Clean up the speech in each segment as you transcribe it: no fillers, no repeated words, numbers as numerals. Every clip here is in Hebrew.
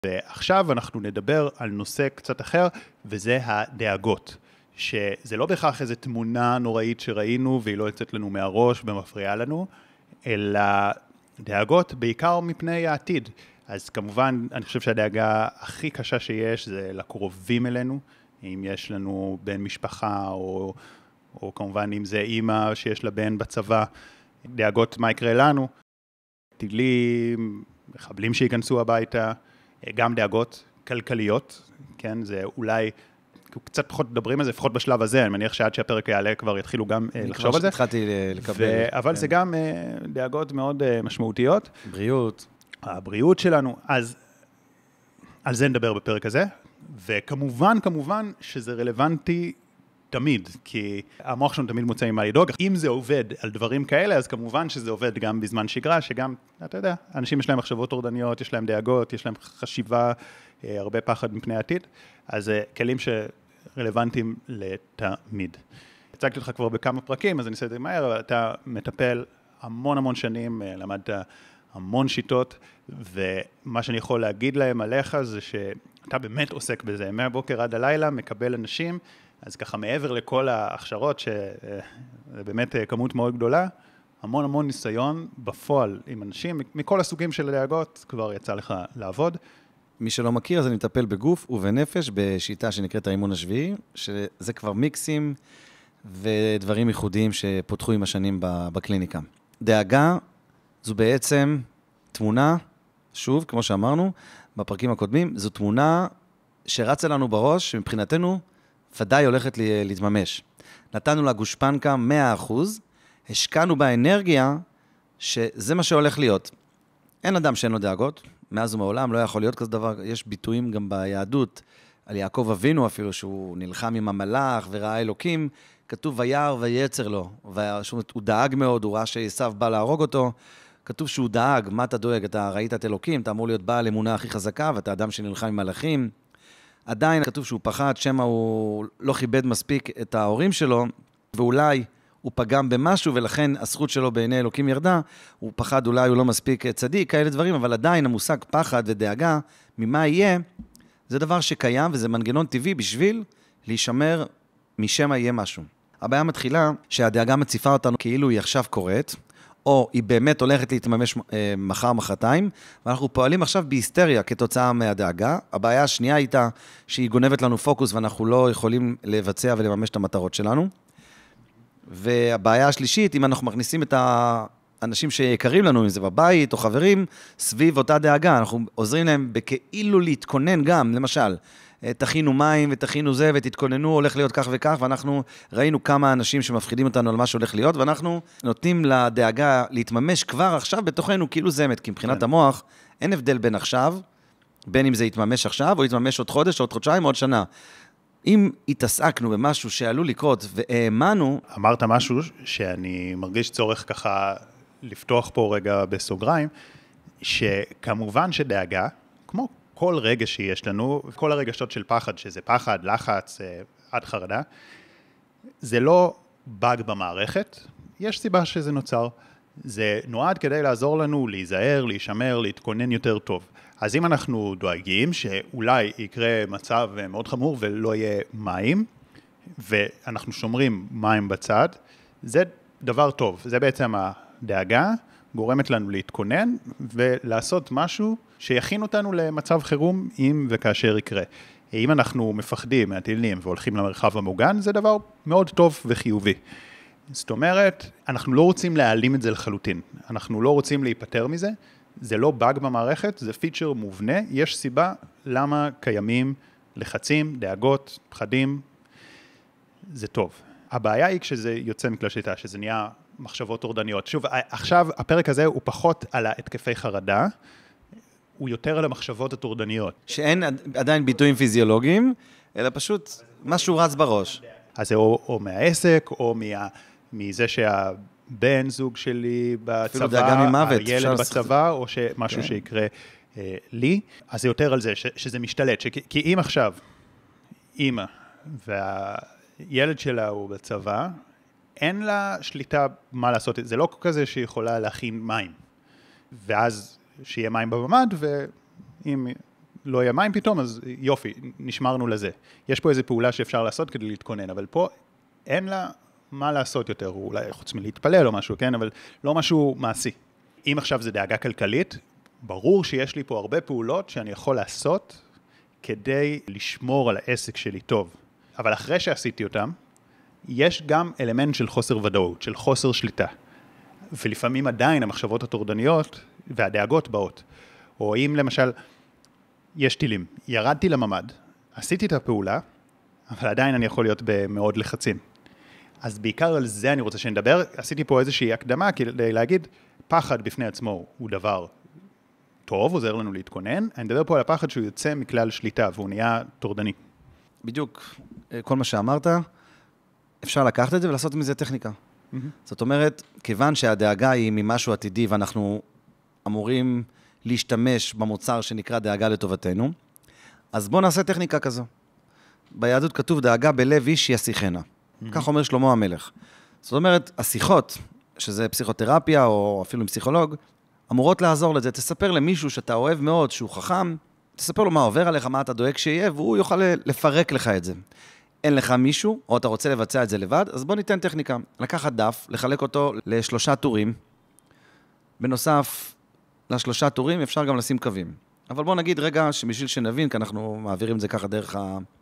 ועכשיו אנחנו נדבר על נושא קצת אחר, וזה הדאגות. שזה לא בהכרח איזו תמונה נוראית שראינו, והיא לא יוצאת לנו מהראש ומפריעה לנו, אלא דאגות בעיקר מפני העתיד. אז כמובן, אני חושב שהדאגה הכי קשה שיש זה לקרובים אלינו, אם יש לנו בן משפחה, או כמובן אם זה אימא שיש לה בן בצבא, דאגות מה יקרה לנו, טילים, מחבלים שיכנסו הביתה, גם דאגות כלכליות, כן, זה אולי, קצת פחות מדברים על זה, לפחות בשלב הזה, אני מניח שעד שהפרק יעלה כבר יתחילו גם לחשוב על זה. התחלתי לקבל. אבל זה גם דאגות מאוד משמעותיות. בריאות. הבריאות שלנו, אז על זה נדבר בפרק הזה, וכמובן שזה רלוונטי תמיד, כי המוח שלנו תמיד מוצא עם מה לדאוג. אם זה עובד על דברים כאלה, אז כמובן שזה עובד גם בזמן שגרה, שגם, אתה יודע, אנשים יש להם מחשבות טורדניות, יש להם דאגות, יש להם חשיבה, הרבה פחד מפני העתיד, אז כלים שרלוונטיים לתמיד. הצגתי אותך כבר בכמה פרקים, אז אני אעשה את זה מהר, אבל אתה מטפל המון שנים, למדת המון שיטות, ומה שאני יכול להגיד להם עליך זה שאתה באמת עוסק בזה, מהבוקר עד הלילה, מקבל אנשים, אז ככה מעבר לכל ההכשרות, שזה באמת כמות מאוד גדולה, המון ניסיון בפועל עם אנשים, מכל הסוגים של הדאגות, כבר יצא לך לעבוד. מי שלא מכיר, אז אני מטפל בגוף ובנפש, בשיטה שנקראת האימון השביעי, שזה כבר מיקסים ודברים ייחודיים שפותחו עם השנים בקליניקה. דאגה זו בעצם תמונה, שוב, כמו שאמרנו, בפרקים הקודמים, זו תמונה שרצה לנו בראש, שמבחינתנו ודאי הולכת להתממש. נתנו לה גושפנקה 100%, השקענו באנרגיה שזה מה שהולך להיות. אין אדם שאין לו דאגות, מאז ומעולם לא יכול להיות כזה דבר, יש ביטויים גם ביהדות, על יעקב אבינו אפילו, שהוא נלחם עם המלאך וראה אלוקים, כתוב וירא ויצר לו, הוא דאג מאוד, הוא ראה שעשיו בא להרוג אותו, כתוב שהוא דאג, מה אתה דואג? אתה ראית את אלוקים, אתה אמור להיות בעל אמונה הכי חזקה, ואתה אדם שנלחם עם מלאכים. עדיין כתוב שהוא פחד, שמא הוא לא כיבד מספיק את ההורים שלו, ואולי הוא פגם במשהו, ולכן הזכות שלו בעיני אלוקים ירדה, הוא פחד, אולי הוא לא מספיק צדיק, כאלה דברים, אבל עדיין המושג פחד ודאגה, ממה יהיה, זה דבר שקיים, וזה מנגנון טבעי בשביל להישמר משמא יהיה משהו. הבעיה מתחילה שהדאגה מציפה אותנו כאילו היא עכשיו קורית, או היא באמת הולכת להתממש מחר-מחרתיים, ואנחנו פועלים עכשיו בהיסטריה כתוצאה מהדאגה. הבעיה השנייה הייתה שהיא גונבת לנו פוקוס, ואנחנו לא יכולים לבצע ולממש את המטרות שלנו. והבעיה השלישית, אם אנחנו מכניסים את האנשים שיקרים לנו, אם זה בבית או חברים, סביב אותה דאגה, אנחנו עוזרים להם בכאילו להתכונן גם, למשל, תכינו מים ותכינו זה ותתכוננו, הולך להיות כך וכך, ואנחנו ראינו כמה אנשים שמפחידים אותנו על מה שהולך להיות, ואנחנו נותנים לדאגה להתממש כבר עכשיו בתוכנו, כאילו זה אמת, כי מבחינת המוח אין הבדל בין עכשיו, בין אם זה יתממש עכשיו, או יתממש עוד חודש, עוד חודשיים, עוד שנה. אם התעסקנו במשהו שעלול לקרות והאמנו... אמרת משהו שאני מרגיש צורך ככה לפתוח פה רגע בסוגריים, שכמובן שדאגה, כמו כל רגש שיש לנו, כל הרגשות של פחד, שזה פחד, לחץ, עד חרדה, זה לא באג במערכת, יש סיבה שזה נוצר. זה נועד כדי לעזור לנו להיזהר, להישמר, להתכונן יותר טוב. אז אם אנחנו דואגים שאולי יקרה מצב מאוד חמור ולא יהיה מים, ואנחנו שומרים מים בצד, זה דבר טוב. זה בעצם הדאגה, גורמת לנו להתכונן ולעשות משהו שיכין אותנו למצב חירום אם וכאשר יקרה. אם אנחנו מפחדים מהטילים והולכים למרחב המוגן, זה דבר מאוד טוב וחיובי. זאת אומרת, אנחנו לא רוצים להעלים את זה לחלוטין. אנחנו לא רוצים להיפטר מזה. זה לא באג במערכת, זה פיצ'ר מובנה. יש סיבה למה קיימים לחצים, דאגות, פחדים. זה טוב. הבעיה היא כשזה יוצא מכלל שליטה, שזה נהיה מחשבות טורדניות. שוב, עכשיו הפרק הזה הוא פחות על ההתקפי חרדה, הוא יותר על המחשבות הטורדניות. שאין עדיין ביטויים פיזיולוגיים, אלא פשוט משהו רץ בראש. אז זה או מהעסק, או מזה שהבן זוג שלי בצבא, הילד בצבא, או משהו שיקרה לי. אז זה יותר על זה, שזה משתלט. כי אם עכשיו, אמא והילד שלה הוא בצבא, אין לה שליטה מה לעשות. זה לא כזה שיכולה להכין מים. ואז שיהיה מים בממד, ואם לא יהיה מים פתאום, אז יופי, נשמרנו לזה. יש פה איזו פעולה שאפשר לעשות כדי להתכונן, אבל פה אין לה מה לעשות יותר, אולי חוץ מלהתפלל או משהו, כן? אבל לא משהו מעשי. אם עכשיו זה דאגה כלכלית, ברור שיש לי פה הרבה פעולות שאני יכול לעשות כדי לשמור על העסק שלי טוב. אבל אחרי שעשיתי אותם, יש גם אלמנט של חוסר ודאות, של חוסר שליטה. ולפעמים עדיין המחשבות הטורדניות והדאגות באות. או אם למשל, יש טילים, ירדתי לממד, עשיתי את הפעולה, אבל עדיין אני יכול להיות במאוד לחצים. אז בעיקר על זה אני רוצה שנדבר. עשיתי פה איזושהי הקדמה כדי להגיד, פחד בפני עצמו הוא דבר טוב, עוזר לנו להתכונן. אני מדבר פה על הפחד שהוא יוצא מכלל שליטה, והוא נהיה טורדני. בדיוק, כל מה שאמרת, אפשר לקחת את זה ולעשות מזה טכניקה. זאת אומרת, כיוון שהדאגה היא ממשהו עתידי, ואנחנו אמורים להשתמש במוצר שנקרא דאגה לטובתנו, אז בואו נעשה טכניקה כזו. ביהדות כתוב דאגה בלב איש ישיחנה. כך אומר שלמה המלך. זאת אומרת, השיחות, שזה פסיכותרפיה או אפילו פסיכולוג, אמורות לעזור לזה. תספר למישהו שאתה אוהב מאוד, שהוא חכם, תספר לו מה עובר עליך, מה אתה דואג שיהיה, והוא יוכל לפרק לך את זה. אין לך מישהו, או אתה רוצה לבצע את זה לבד, אז בוא ניתן טכניקה. לקחת דף, לחלק אותו ל3 טורים. בנוסף ל3 טורים אפשר גם לשים קווים. אבל בוא נגיד רגע שבשביל שנבין, כי אנחנו מעבירים את זה ככה דרך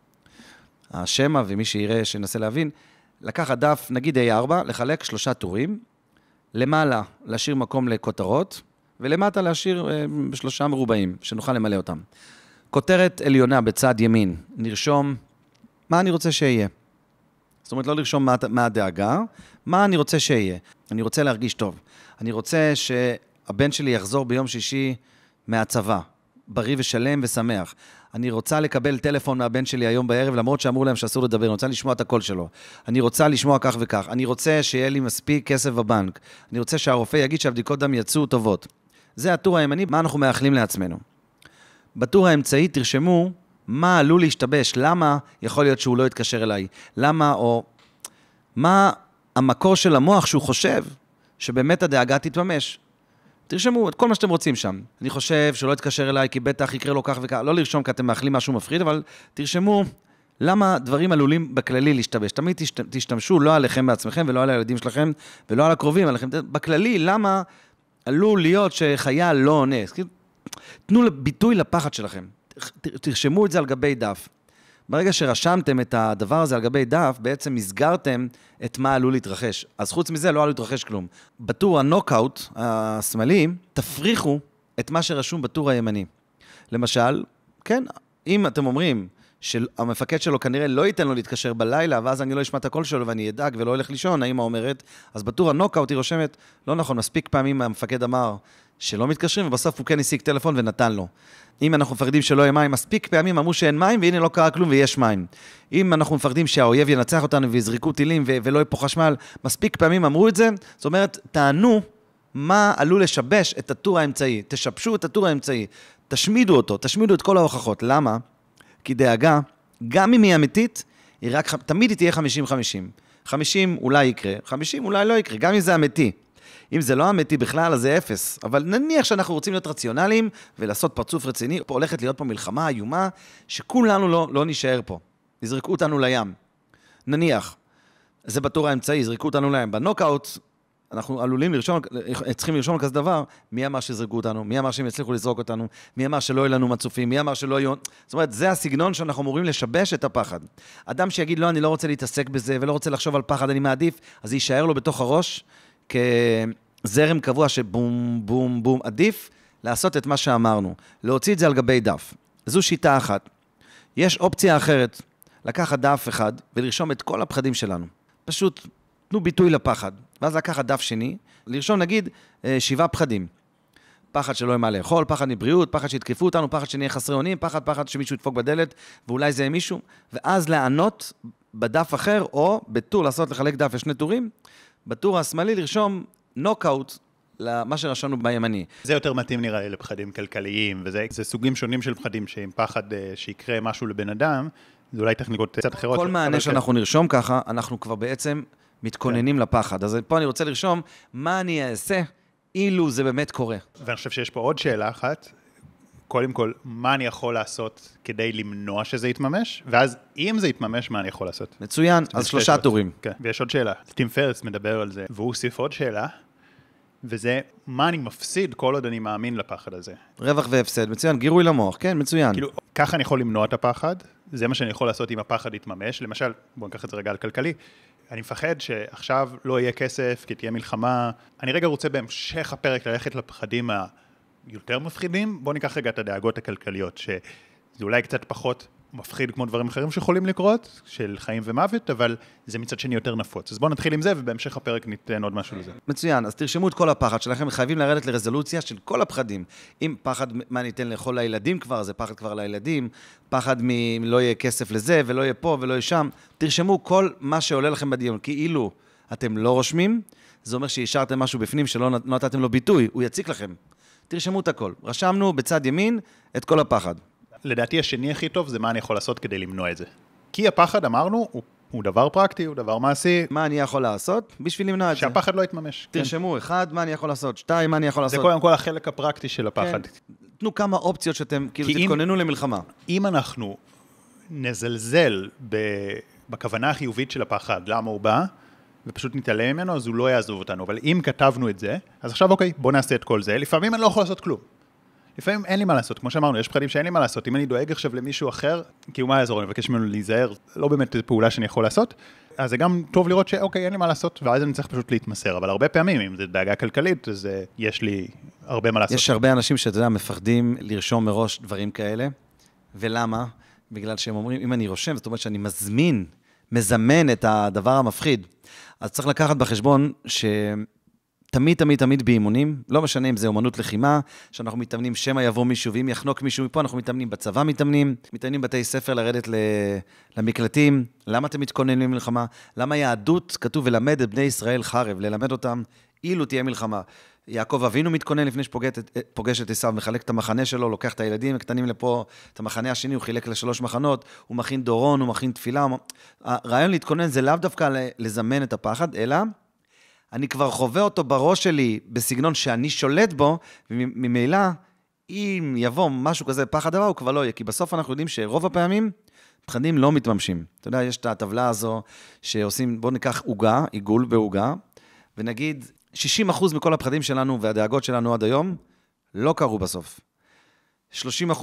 השמה, ומי שיראה שנסה להבין, לקחת דף, נגיד A4, לחלק 3 טורים, למעלה להשאיר מקום לכותרות, ולמטה להשאיר 3 מרובעים, שנוכל למלא אותם. כותרת עליונה בצד ימין, נרשום מה אני רוצה שיהיה. זאת אומרת, לא לרשום מה הדאגה, מה אני רוצה שיהיה. אני רוצה להרגיש טוב. אני רוצה שהבן שלי יחזור ביום שישי מהצבא, בריא ושלם ושמח. אני רוצה לקבל טלפון מהבן שלי היום בערב, למרות שאמרו להם שאסור לדבר, אני רוצה לשמוע את הקול שלו. אני רוצה לשמוע כך וכך. אני רוצה שיהיה לי מספיק כסף בבנק. אני רוצה שהרופא יגיד שהבדיקות דם יצאו טובות. זה הטור הימני, מה אנחנו מאחלים לעצמנו. בטור האמצעי תרשמו מה עלול להשתבש, למה יכול להיות שהוא לא יתקשר אליי, למה או מה המקור של המוח שהוא חושב שבאמת הדאגה תתממש. תרשמו את כל מה שאתם רוצים שם. אני חושב שלא יתקשר אליי כי בטח יקרה לו כך וכך, לא לרשום כי אתם מאחלים משהו מפחיד, אבל תרשמו למה דברים עלולים בכללי להשתבש. תמיד תשתמשו לא עליכם בעצמכם ולא על הילדים שלכם ולא על הקרובים עליכם. בכללי, למה עלול להיות שחייל לא עונה? תנו ביטוי לפחד שלכם. תרשמו את זה על גבי דף. ברגע שרשמתם את הדבר הזה על גבי דף, בעצם הסגרתם את מה עלול להתרחש. אז חוץ מזה לא עלול להתרחש כלום. בטור הנוקאוט השמאלי, תפריחו את מה שרשום בטור הימני. למשל, כן, אם אתם אומרים שהמפקד שלו כנראה לא ייתן לו להתקשר בלילה, ואז אני לא אשמע את הקול שלו ואני אדאג ולא הולך לישון, האמא אומרת, אז בטור הנוקאוט היא רושמת, לא נכון, מספיק פעמים המפקד אמר שלא מתקשרים, ובסוף הוא כן השיג טלפון ונתן לו. אם אנחנו מפחדים שלא יהיה מים, מספיק פעמים אמרו שאין מים, והנה לא קרה כלום ויש מים. אם אנחנו מפחדים שהאויב ינצח אותנו ויזרקו טילים ולא יהיה פה חשמל, מספיק פעמים אמרו את זה. זאת אומרת, טענו מה עלול לשבש את הטור האמצעי. תשבשו את הטור האמצעי, תשמידו אותו, תשמידו את כל ההוכחות. למה? כי דאגה, גם אם היא אמיתית, היא רק, תמיד היא תהיה 50-50. 50 אולי יקרה, 50 אולי לא יקרה, גם אם זה אמיתי. אם זה לא אמיתי בכלל, אז זה 0. אבל נניח שאנחנו רוצים להיות רציונליים, ולעשות פרצוף רציני, פה הולכת להיות פה מלחמה איומה, שכולנו לא נשאר פה. יזרקו אותנו לים. נניח, זה בטור האמצעי, יזרקו אותנו לים. בנוקאוט, אנחנו עלולים צריכים לרשום על כזה דבר, מי אמר שיזרקו אותנו, מי אמר שהם יצליחו לזרוק אותנו, מי אמר שלא יהיו לנו מצופים, מי אמר שלא יהיו... זאת אומרת, זה הסגנון שאנחנו אמורים לשבש את הפחד. אדם שיגיד, לא, אני לא רוצה להתעסק בזה, ולא רוצה לחשוב על פחד, אני מעדיף, אז יישאר לו בתוך הראש, כזרם קבוע שבום, בום, בום, עדיף לעשות את מה שאמרנו, להוציא את זה על גבי דף. זו שיטה אחת. יש אופציה אחרת, לקחת דף אחד ולרשום את כל הפחדים שלנו. פשוט תנו ביטוי לפחד, ואז לקחת דף שני, לרשום נגיד 7 פחדים. פחד שלא יהיה מה לאכול, פחד מבריאות, פחד שיתקפו אותנו, פחד שנהיה חסרי אונים, פחד שמישהו ידפוק בדלת, ואולי זה יהיה מישהו, ואז לענות בדף אחר, או בטור לחלק דף ל2 טורים, בטור השמאלי לרשום נוקאוט למה שרשמנו בימני. זה יותר מתאים נראה לי לפחדים כלכליים, וזה סוגים שונים של פחדים, שעם פחד שיקרה משהו לבן אדם, זה אולי טכניקות קצת אחרות. כל מענה שאנחנו נרשום ככה, אנחנו כבר בעצם מתכוננים לפחד. אז פה אני רוצה לרשום מה אני אעשה אילו זה באמת קורה. ואני חושב שיש פה עוד שאלה אחת, קודם כל, מה אני יכול לעשות כדי למנוע שזה יתממש, ואז אם זה יתממש, מה אני יכול לעשות? מצוין, אז 3 טורים. כן, ויש עוד שאלה. טים פרס מדבר על זה, והוא הוסיף עוד שאלה, וזה, מה אני מפסיד כל עוד אני מאמין לפחד הזה? רווח והפסד, מצוין, גירוי למוח, כן, מצוין. כאילו, ככה אני יכול למנוע את הפחד, זה מה שאני יכול לעשות אם הפחד יתממש, למשל, בואו ניקח את זה רגע על כלכלי, אני מפחד שעכשיו לא יהיה כסף, כי תהיה מלחמה, אני רגע רוצה בהמשך הפרק ללכת לפחדים היותר מפחידים, בואו ניקח רגע את הדאגות הכלכליות, שזה אולי קצת פחות מפחיד כמו דברים אחרים שיכולים לקרות, של חיים ומוות, אבל זה מצד שני יותר נפוץ. אז בואו נתחיל עם זה, ובהמשך הפרק ניתן עוד משהו לזה. מצוין, אז תרשמו את כל הפחד שלכם, חייבים לרדת לרזולוציה של כל הפחדים. אם פחד מה ניתן לאכול לילדים כבר, זה פחד כבר לילדים, פחד לא יהיה כסף לזה, ולא יהיה פה ולא יהיה שם. תרשמו כל מה שעולה לכם בדיון, כאילו אתם לא רושמים, זה אומר שהשארתם משהו בפנים שלא נתתם לו ביטוי, הוא יציק לכם. תרשמו את הכל. רשמנו בצד ימין את כל הפחד. לדעתי השני הכי טוב זה מה אני יכול לעשות כדי למנוע את זה. כי הפחד, אמרנו, הוא דבר פרקטי, הוא דבר מעשי. מה אני יכול לעשות בשביל למנוע את זה? שהפחד לא יתממש. תרשמו, 1, מה אני יכול לעשות? 2, מה אני יכול לעשות? זה קודם כל החלק הפרקטי של הפחד. תנו כמה אופציות שאתם כאילו תתכוננו למלחמה. אם אנחנו נזלזל בכוונה החיובית של הפחד, למה הוא בא, ופשוט נתעלם ממנו, אז הוא לא יעזוב אותנו. אבל אם כתבנו את זה, אז עכשיו אוקיי, בוא נעשה את כל זה. לפעמים אני לא יכול לעשות כלום. לפעמים אין לי מה לעשות, כמו שאמרנו, יש פחדים שאין לי מה לעשות. אם אני דואג עכשיו למישהו אחר, כי הוא מה יעזור, אני מבקש ממנו להיזהר, לא באמת פעולה שאני יכול לעשות, אז זה גם טוב לראות שאוקיי, אין לי מה לעשות, ואז אני צריך פשוט להתמסר. אבל הרבה פעמים, אם זה דאגה כלכלית, אז יש לי הרבה מה לעשות. יש הרבה אנשים שאתה יודע, מפחדים לרשום מראש דברים כאלה, ולמה? בגלל שהם אומרים, אם אני רושם, זאת אומרת שאני מזמן את הדבר המפחיד. אז צריך לקחת בחשבון תמיד באימונים, לא משנה אם זה אומנות לחימה, שאנחנו מתאמנים שמא יבוא מישהו, ואם יחנוק מישהו מפה, אנחנו מתאמנים בצבא, מתאמנים בתי ספר לרדת למקלטים. למה אתם מתכוננים למלחמה? למה יהדות כתוב ולמד את בני ישראל חרב, ללמד אותם אילו תהיה מלחמה. יעקב אבינו מתכונן לפני שפוגש את עשיו, מחלק את המחנה שלו, לוקח את הילדים הקטנים לפה, את המחנה השני, הוא חילק ל3 מחנות, הוא מכין דורון, הוא מכין תפילה. הרעיון להתכונן זה לאו דווקא לזמן את הפחד, אלא אני כבר חווה אותו בראש שלי בסגנון שאני שולט בו, וממילא, אם יבוא משהו כזה פחד דבר, הוא כבר לא יהיה, כי בסוף אנחנו יודעים שרוב הפעמים, פחדים לא מתממשים. אתה יודע, יש את הטבלה הזו שעושים, בואו ניקח עוגה, עיגול בעוגה, ונגיד 60% מכל הפחדים שלנו והדאגות שלנו עד היום, לא קרו בסוף. 30%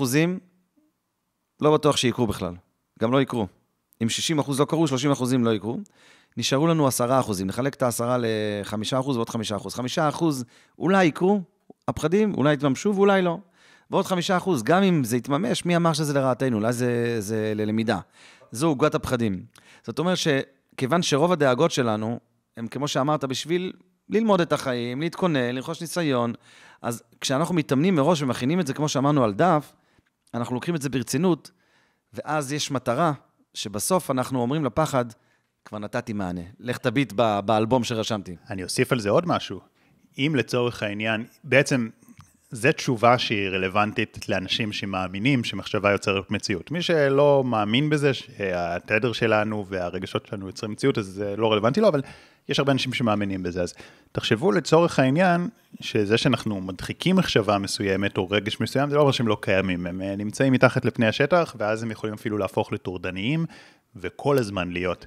לא בטוח שיקרו בכלל, גם לא יקרו. אם 60% לא קרו, 30% לא יקרו. נשארו לנו 10%, נחלק את ה10 ל5% ועוד 5%. 5% אולי יקרו, הפחדים, אולי יתממשו ואולי לא. ועוד 5%, גם אם זה יתממש, מי אמר שזה לרעתנו? אולי זה ללמידה. זו עוגת הפחדים. זאת אומרת שכיוון שרוב הדאגות שלנו, הם כמו שאמרת, בשביל ללמוד את החיים, להתכונן, לרכוש ניסיון, אז כשאנחנו מתאמנים מראש ומכינים את זה, כמו שאמרנו על דף, אנחנו לוקחים את זה ברצינות, ואז יש מטרה שבסוף אנחנו אומרים לפחד, כבר נתתי מענה. לך תביט באלבום שרשמתי. אני אוסיף על זה עוד משהו. אם לצורך העניין, בעצם זו תשובה שהיא רלוונטית לאנשים שמאמינים שמחשבה יוצרת מציאות. מי שלא מאמין בזה, שהתדר שלנו והרגשות שלנו יוצרים מציאות, אז זה לא רלוונטי לו, אבל יש הרבה אנשים שמאמינים בזה. אז תחשבו לצורך העניין, שזה שאנחנו מדחיקים מחשבה מסוימת או רגש מסוים, זה לא אומר שהם לא קיימים. הם נמצאים מתחת לפני השטח, ואז הם יכולים אפילו להפוך לטורדניים, וכל הזמן להיות.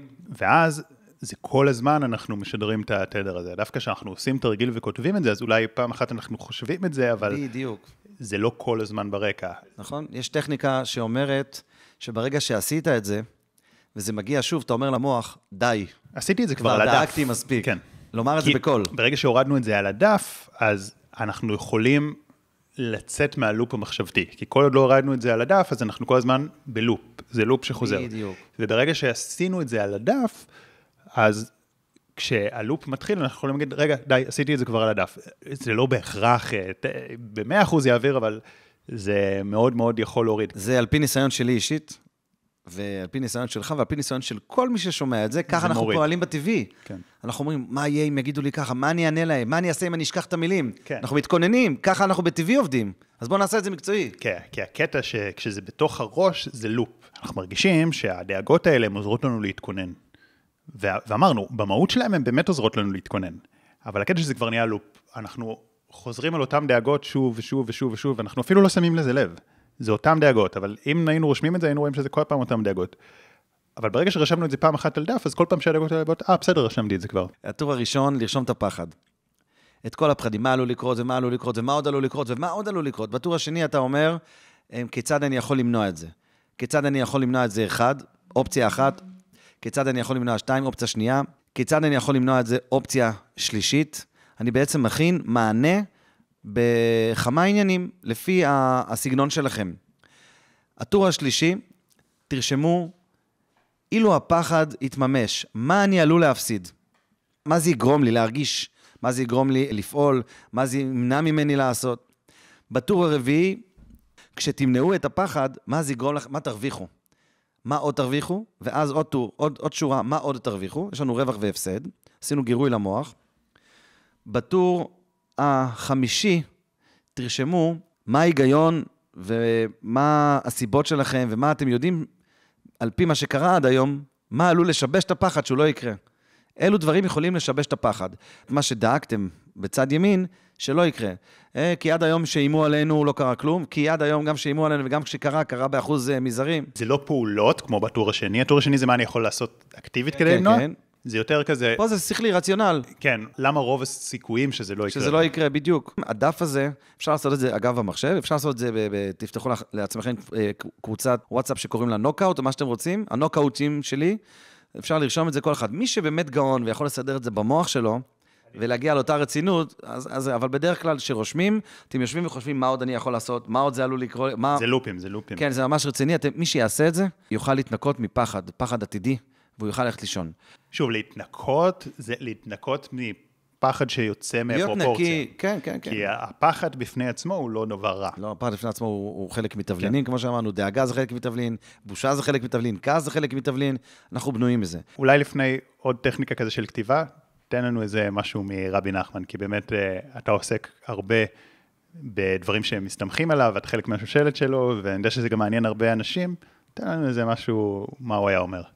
ואז זה כל הזמן אנחנו משדרים את התדר הזה. דווקא כשאנחנו עושים תרגיל וכותבים את זה, אז אולי פעם אחת אנחנו חושבים את זה, אבל בדיוק. זה לא כל הזמן ברקע. נכון? יש טכניקה שאומרת שברגע שעשית את זה, וזה מגיע שוב, אתה אומר למוח, די. עשיתי את זה כבר על הדף. דאגתי מספיק. כן. לומר את זה בקול. ברגע שהורדנו את זה על הדף, אז אנחנו יכולים לצאת מהלופ המחשבתי. כי כל עוד לא הורדנו את זה על הדף, אז אנחנו כל הזמן בלופ. זה לופ שחוזר. בדיוק. וברגע שעשינו את זה על הדף, אז כשהלופ מתחיל, אנחנו יכולים להגיד, רגע, די, עשיתי את זה כבר על הדף. זה לא בהכרח, ב100% יעביר, אבל זה מאוד מאוד יכול להוריד. זה על פי ניסיון שלי אישית, ועל פי ניסיון שלך, ועל פי ניסיון של כל מי ששומע את זה, ככה אנחנו פועלים בטבעי. כן. אנחנו אומרים, מה יהיה אם יגידו לי ככה, מה אני אענה להם, מה אני אעשה אם אני אשכח את המילים. כן. אנחנו מתכוננים, ככה אנחנו בטבעי עובדים. אז בואו נעשה את זה מקצועי. כן, כי הקטע שכשזה בתוך הראש, זה לופ. אנחנו מרגישים שהדאגות האלה עוזרות לנו להתכונן. ואמרנו, במהות שלהם הן באמת עוזרות לנו להתכונן. אבל הקטע שזה כבר נהיה לופ. אנחנו חוזרים על אותם דאגות שוב ושוב ושוב ושוב, ואנחנו אפילו לא שמים לזה לב. זה אותם דאגות, אבל אם היינו רושמים את זה, היינו רואים שזה כל פעם אותם דאגות. אבל ברגע שרשמנו את זה פעם אחת על דף, אז כל פעם שהדאגות האלה באות, בסדר, רשמתי את זה כבר. הטור הראשון, לרשום את הפחד. את כל הפחדים, מה עלול לקרות, ומה עלול לקרות, ומה עוד עלול לקרות, ומה עוד עלול לקרות. בטור השני אתה אומר, כיצד אני יכול למנוע את זה? כיצד אני יכול למנוע את זה? 1, אופציה 1. כיצד אני יכול למנוע 2, אופציה שנייה. כיצד אני יכול למנוע את זה? אופציה שלישית. אני בעצם מכין מענה בכמה עניינים, לפי הסגנון שלכם. הטור השלישי, תרשמו, אילו הפחד יתממש, מה אני עלול להפסיד? מה זה יגרום לי להרגיש? מה זה יגרום לי לפעול? מה זה ימנע ממני לעשות? בטור הרביעי, כשתמנעו את הפחד, מה זה יגרום לך? מה תרוויחו? מה עוד תרוויחו? ואז עוד טור, עוד שורה, מה עוד תרוויחו? יש לנו רווח והפסד. עשינו גירוי למוח. בטור החמישי, תרשמו מה ההיגיון ומה הסיבות שלכם ומה אתם יודעים על פי מה שקרה עד היום, מה עלול לשבש את הפחד שהוא לא יקרה. אילו דברים יכולים לשבש את הפחד. מה שדאגתם בצד ימין, שלא יקרה. כי עד היום שאימו עלינו לא קרה כלום, כי עד היום גם שאימו עלינו וגם כשקרה, קרה באחוז מזערי. זה לא פעולות כמו בטור השני, הטור השני זה מה אני יכול לעשות אקטיבית כדי למנוע? כן. זה יותר כזה... פה זה שכלי רציונל. כן, למה רוב הסיכויים שזה לא יקרה? שזה לא יקרה, בדיוק. הדף הזה, אפשר לעשות את זה אגב במחשב, אפשר לעשות את זה, תפתחו לעצמכם קבוצת וואטסאפ שקוראים לה נוקאוט, או מה שאתם רוצים, הנוקאוטים שלי, אפשר לרשום את זה כל אחד. מי שבאמת גאון ויכול לסדר את זה במוח שלו, ולהגיע לאותה רצינות, אבל בדרך כלל שרושמים, אתם יושבים וחושבים מה עוד אני יכול לעשות, מה עוד זה עלול לקרוא, זה לופים, זה לופים. כן, זה ממש רציני. מי שיעשה את זה, יוכל להתנקות מפחד, פחד עתידי, והוא יוכל ללכת לישון. שוב, להתנקות, זה להתנקות מפחד שיוצא מהפרופורציה. להיות נקי, כן. כי הפחד בפני עצמו הוא לא דבר רע. לא, הפחד בפני עצמו הוא חלק מתבלינים, כמו שאמרנו, דאגה זה חלק מתבלין, בושה זה חלק מתבלין, כעס זה חלק מתבלין, אנחנו בנויים בזה. אולי לפני עוד טכניקה כזה של כתיבה, תן לנו איזה משהו מרבי נחמן, כי באמת אתה עוסק הרבה בדברים שהם מסתמכים עליו, את חלק מהשושלת שלו, ואני יודע שזה גם מעניין הרבה אנשים, תן לנו איזה משהו, מה הוא היה אומר.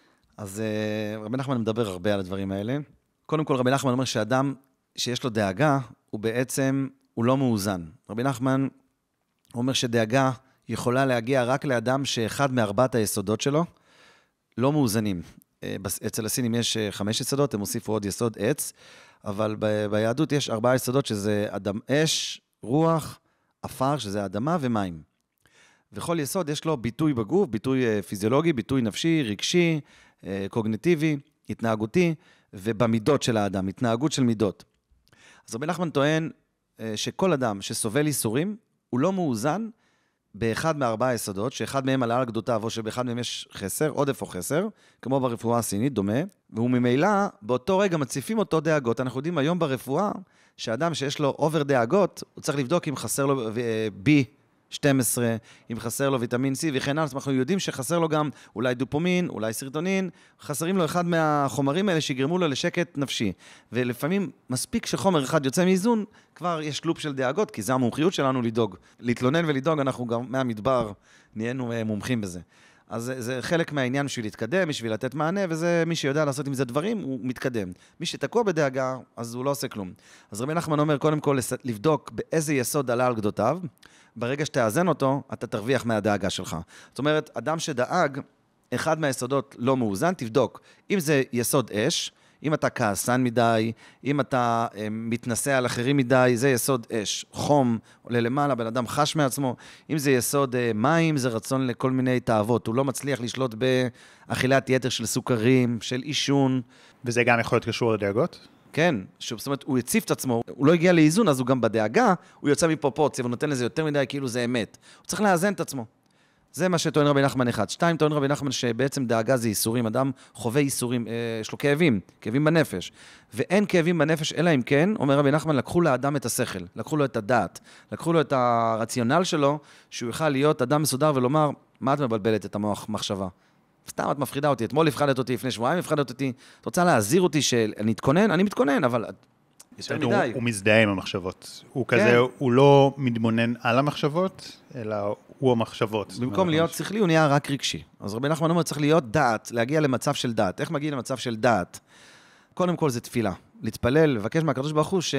אז רבי נחמן מדבר הרבה על הדברים האלה. קודם כל, רבי נחמן אומר שאדם שיש לו דאגה, הוא בעצם, הוא לא מאוזן. רבי נחמן אומר שדאגה יכולה להגיע רק לאדם שאחד מארבעת היסודות שלו לא מאוזנים. אצל הסינים יש 5 יסודות, הם הוסיפו עוד יסוד עץ, אבל ביהדות יש 4 יסודות שזה אש, רוח, אפר, שזה אדמה ומים. וכל יסוד יש לו ביטוי בגוף, ביטוי פיזיולוגי, ביטוי נפשי, רגשי, קוגניטיבי, התנהגותי, ובמידות של האדם, התנהגות של מידות. אז רבי נחמן טוען שכל אדם שסובל איסורים, הוא לא מאוזן באחד מארבעה היסודות, שאחד מהם עלה על גדותיו, או שבאחד מהם יש חסר, עודף או חסר, כמו ברפואה הסינית, דומה, והוא ממילא, באותו רגע מציפים אותו דאגות. אנחנו יודעים היום ברפואה, שאדם שיש לו אובר דאגות, הוא צריך לבדוק אם חסר לו B12, אם חסר לו ויטמין C וכן הלאה, אנחנו יודעים שחסר לו גם אולי דופומין, אולי סרטונין, חסרים לו אחד מהחומרים האלה שיגרמו לו לשקט נפשי. ולפעמים מספיק שחומר אחד יוצא מאיזון, כבר יש לופ של דאגות, כי זה המומחיות שלנו לדאוג. להתלונן ולדאוג, אנחנו גם מהמדבר נהיינו מומחים בזה. אז זה חלק מהעניין בשביל להתקדם, בשביל לתת מענה, וזה מי שיודע לעשות עם זה דברים, הוא מתקדם. מי שתקוע בדאגה, אז הוא לא עושה כלום. אז רבי נחמן אומר, קודם כל, לבדוק באיזה יסוד עלה על גדותיו, ברגע שתאזן אותו, אתה תרוויח מהדאגה שלך. זאת אומרת, אדם שדאג, אחד מהיסודות לא מאוזן, תבדוק. אם זה יסוד אש, אם אתה כעסן מדי, אם אתה מתנסה על אחרים מדי, זה יסוד אש. חום, עולה למעלה, בן אדם חש מעצמו. אם זה יסוד מים, זה רצון לכל מיני תאוות. הוא לא מצליח לשלוט באכילת יתר של סוכרים, של אישון. וזה גם יכול להיות קשור לדאגות? כן, זאת אומרת, הוא הציף את עצמו, הוא לא הגיע לאיזון, אז הוא גם בדאגה, הוא יוצא מפרופורציה, והוא נותן לזה יותר מדי, כאילו זה אמת. הוא צריך לאזן את עצמו. זה מה שטוען רבי נחמן 1. 2, טוען רבי נחמן שבעצם דאגה זה איסורים, אדם חווה איסורים, יש לו כאבים בנפש. ואין כאבים בנפש, אלא אם כן, אומר רבי נחמן, לקחו לאדם את השכל, לקחו לו את הדעת, לקחו לו את הרציונל שלו, שהוא יוכל להיות אדם מסודר ולומר, מה את מבלבלת את המוח מחשבה? סתם את מפחידה אותי, אתמול הפחדת אותי, לפני שבועיים הפחדת אותי, את רוצה להזהיר אותי שאני אתכונן? אני מתכונן, אבל יותר מדי. הוא מזדהה עם המחשבות. הוא כזה, הוא לא מתבונן על המחשבות, אלא הוא המחשבות. במקום להיות שכלי, הוא נהיה רק רגשי. אז רבי נחמן אומר, צריך להיות דעת, להגיע למצב של דעת. איך מגיעים למצב של דעת? קודם כל זה תפילה. להתפלל, לבקש מהקדוש ברוך הוא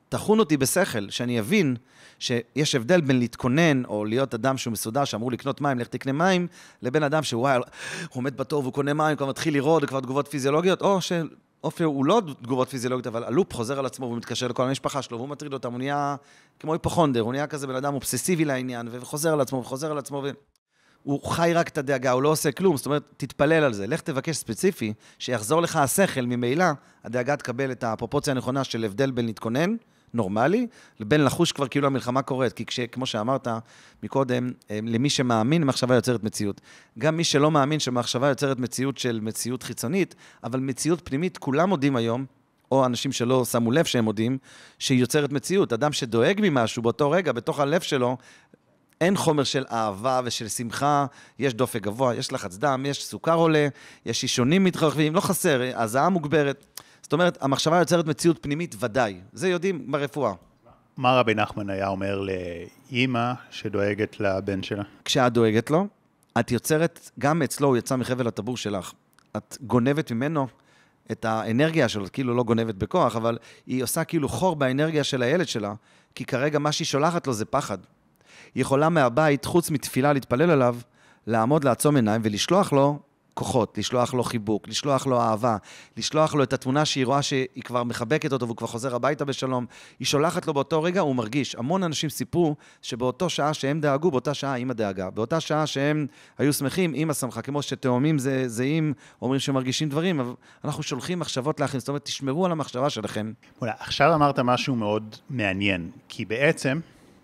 תכון אותי בשכל, שאני אבין שיש הבדל בין להתכונן, או להיות אדם שהוא מסודר, שאמור לקנות מים, לך תקנה מים, לבין אדם שוואי, הוא עומד בתור והוא קונה מים, כבר מתחיל לראות, כבר תגובות פיזיולוגיות, או שאופי הוא לא תגובות פיזיולוגיות, אבל הלופ חוזר על עצמו, והוא מתקשר לכל המשפחה שלו, והוא מטריד אותם, הוא נהיה כמו היפוכונדר, הוא נהיה כזה בן אדם אובססיבי לעניין, וחוזר על עצמו, וחוזר על עצמו, הוא חי רק את הדאגה, הוא לא עושה כלום, זאת אומרת, תתפלל על זה. לך תבקש ספציפי, שיחזור לך השכל ממילא, הדאגה תקבל את הפרופורציה הנכונה של הבדל בין להתכונן, נורמלי, לבין לחוש כבר כאילו המלחמה קורית, כי כמו שאמרת מקודם, למי שמאמין, מחשבה יוצרת מציאות. גם מי שלא מאמין שמחשבה יוצרת מציאות של מציאות חיצונית, אבל מציאות פנימית, כולם מודים היום, או אנשים שלא שמו לב שהם מודים, שהיא יוצרת מציאות. אדם שדואג ממשהו באותו רגע, בתוך הלב שלו, אין חומר של אהבה ושל שמחה, יש דופק גבוה, יש לחץ דם, יש סוכר עולה, יש אישונים מתרחבים, לא חסר, הזעה מוגברת. זאת אומרת, המחשבה יוצרת מציאות פנימית ודאי. זה יודעים ברפואה. מה רבי נחמן היה אומר לאמא שדואגת לבן שלה? כשאת דואגת לו, את יוצרת, גם אצלו הוא יצא מחבל הטבור שלך. את גונבת ממנו את האנרגיה שלו, כאילו לא גונבת בכוח, אבל היא עושה כאילו חור באנרגיה של הילד שלה, כי כרגע מה שהיא שולחת לו זה פחד. היא יכולה מהבית, חוץ מתפילה להתפלל עליו, לעמוד לעצום עיניים ולשלוח לו כוחות, לשלוח לו חיבוק, לשלוח לו אהבה, לשלוח לו את התמונה שהיא רואה שהיא כבר מחבקת אותו והוא כבר חוזר הביתה בשלום. היא שולחת לו באותו רגע, הוא מרגיש. המון אנשים סיפרו שבאותו שעה שהם דאגו, באותה שעה אמא דאגה. באותה שעה שהם היו שמחים, אמא שמחה. כמו שתאומים זהים, אומרים שמרגישים דברים, אבל אנחנו שולחים מחשבות לאחרים. זאת אומרת, תשמרו על המחשבה שלכם. עכשיו אמרת משהו מאוד מעניין, כי בעצם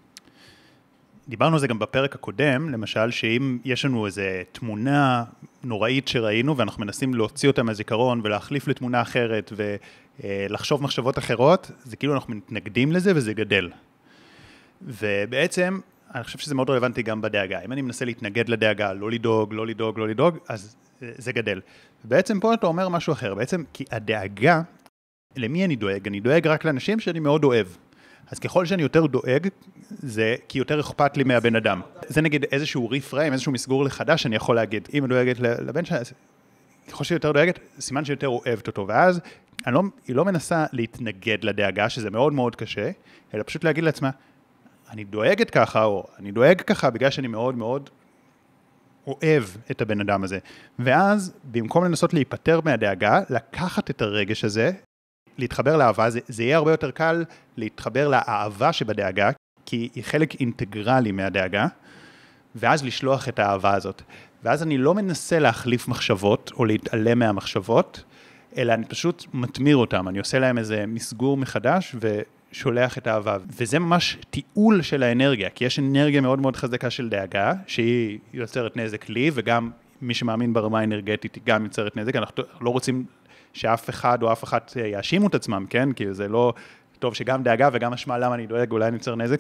דיברנו על זה גם בפרק הקודם, למשל, שאם יש לנו איזו תמונה נוראית שראינו, ואנחנו מנסים להוציא אותה מהזיכרון, ולהחליף לתמונה אחרת, ולחשוב מחשבות אחרות, זה כאילו אנחנו מתנגדים לזה, וזה גדל. ובעצם, אני חושב שזה מאוד רלוונטי גם בדאגה. אם אני מנסה להתנגד לדאגה, לא לדאוג, לא לדאוג, לא לדאוג, אז זה גדל. ובעצם פה אתה אומר משהו אחר. בעצם, כי הדאגה, למי אני דואג? אני דואג רק לאנשים שאני מאוד אוהב. אז ככל שאני יותר דואג, זה כי יותר אכפת לי מהבן אדם. זה נגיד איזשהו ריפריים, איזשהו מסגור לחדש, אני יכול להגיד, אם אני דואגת לבן שלה, ככל שהיא יותר דואגת, סימן שהיא יותר אוהבת אותו, ואז היא לא מנסה להתנגד לדאגה, שזה מאוד מאוד קשה, אלא פשוט להגיד לעצמה, אני דואגת ככה, או אני דואג ככה, בגלל שאני מאוד מאוד אוהב את הבן אדם הזה. ואז, במקום לנסות להיפטר מהדאגה, לקחת את הרגש הזה, להתחבר לאהבה, זה יהיה הרבה יותר קל להתחבר לאהבה שבדאגה, כי היא חלק אינטגרלי מהדאגה, ואז לשלוח את האהבה הזאת. ואז אני לא מנסה להחליף מחשבות, או להתעלם מהמחשבות, אלא אני פשוט מתמיר אותם, אני עושה להם איזה מסגור מחדש, ושולח את האהבה. וזה ממש תיעול של האנרגיה, כי יש אנרגיה מאוד מאוד חזקה של דאגה, שהיא יוצרת נזק לי, וגם מי שמאמין ברמה האנרגטית, היא גם יוצרת נזק, אנחנו לא רוצים שאף אחד או אף אחת יאשימו את עצמם, כן? כי זה לא טוב שגם דאגה וגם אשמה למה אני דואג, אולי אני יוצר נזק.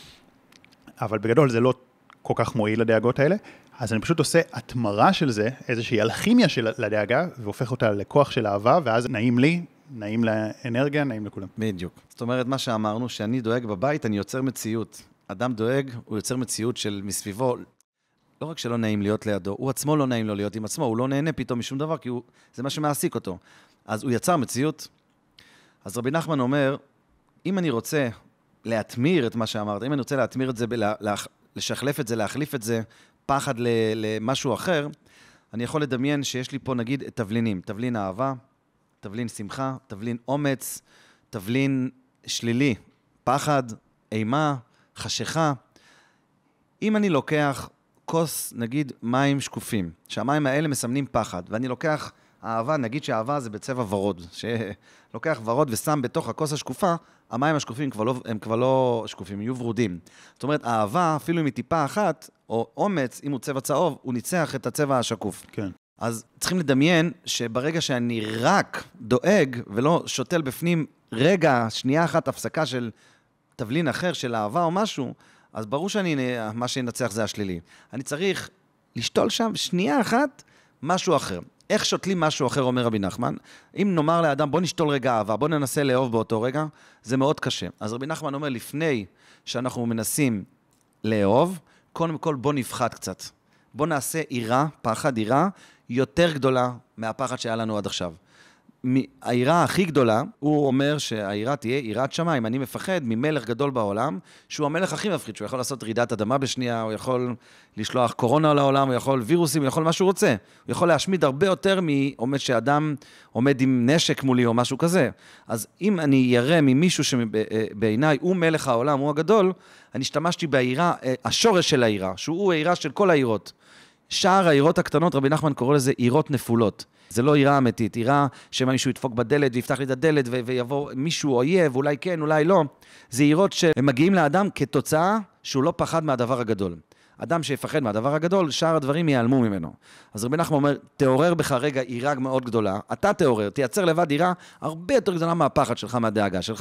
אבל בגדול זה לא כל כך מועיל לדאגות האלה. אז אני פשוט עושה התמרה של זה, איזושהי אלכימיה של הדאגה, והופך אותה לכוח של אהבה, ואז נעים לי, נעים לאנרגיה, נעים לכולם. בדיוק. זאת אומרת, מה שאמרנו, שאני דואג בבית, אני יוצר מציאות. אדם דואג, הוא יוצר מציאות של מסביבו, לא רק שלא נעים להיות לידו, הוא עצמו לא נעים לו להיות עם עצמו, הוא לא נהנה פתאום משום דבר, כי זה מה שמעסיק אותו. אז הוא יצר מציאות. אז רבי נחמן אומר, אם אני רוצה להתמיר את מה שאמרת, אם אני רוצה להתמיר את זה, לשחלף את זה, להחליף את זה, פחד למשהו אחר, אני יכול לדמיין שיש לי פה נגיד תבלינים, תבלין אהבה, תבלין שמחה, תבלין אומץ, תבלין שלילי, פחד, אימה, חשיכה. אם אני לוקח כוס, נגיד, מים שקופים, שהמים האלה מסמנים פחד, ואני לוקח אהבה, נגיד שהאהבה זה בצבע ורוד, שלוקח ורוד ושם בתוך הכוס השקופה, המים השקופים הם כבר לא שקופים, יהיו ורודים. זאת אומרת, האהבה, אפילו אם היא טיפה אחת, או אומץ, אם הוא צבע צהוב, הוא ניצח את הצבע השקוף. כן. אז צריכים לדמיין שברגע שאני רק דואג, ולא שותל בפנים רגע, שנייה אחת, הפסקה של תבלין אחר, של אהבה או משהו, אז ברור מה שינצח זה השלילי. אני צריך לשתול שם שנייה אחת משהו אחר. איך שותלים משהו אחר, אומר רבי נחמן? אם נאמר לאדם, בוא נשתול רגע אהבה, בוא ננסה לאהוב באותו רגע, זה מאוד קשה. אז רבי נחמן אומר, לפני שאנחנו מנסים לאהוב, קודם כל בוא נפחד קצת. בוא נעשה עירה, פחד, עירה, יותר גדולה מהפחד שהיה לנו עד עכשיו. העירה הכי גדולה, הוא אומר שהעירה תהיה עירת שמיים. אני מפחד ממלך גדול בעולם, שהוא המלך הכי מפחיד, שהוא יכול לעשות רעידת אדמה בשנייה, הוא יכול לשלוח קורונה לעולם, הוא יכול וירוסים, הוא יכול מה שהוא רוצה. הוא יכול להשמיד הרבה יותר מעומד שאדם עומד עם נשק מולי או משהו כזה. אז אם אני ירא ממישהו שבעיניי הוא מלך העולם, הוא הגדול, אני השתמשתי בעירה, השורש של העירה, שהוא העירה של כל העירות. שער העירות הקטנות, רבי נחמן קורא לזה עירות נפולות. זה לא עירה אמיתית, עירה שמישהו ידפוק בדלת ויפתח לי את הדלת ויבוא מישהו אויב, אולי כן, אולי לא. זה עירות שהם מגיעים לאדם כתוצאה שהוא לא פחד מהדבר הגדול. אדם שיפחד מהדבר הגדול, שאר הדברים ייעלמו ממנו. אז רבי נחמן אומר, תעורר בך רגע עירה מאוד גדולה, אתה תעורר, תייצר לבד עירה הרבה יותר גדולה מהפחד שלך, מהדאגה שלך,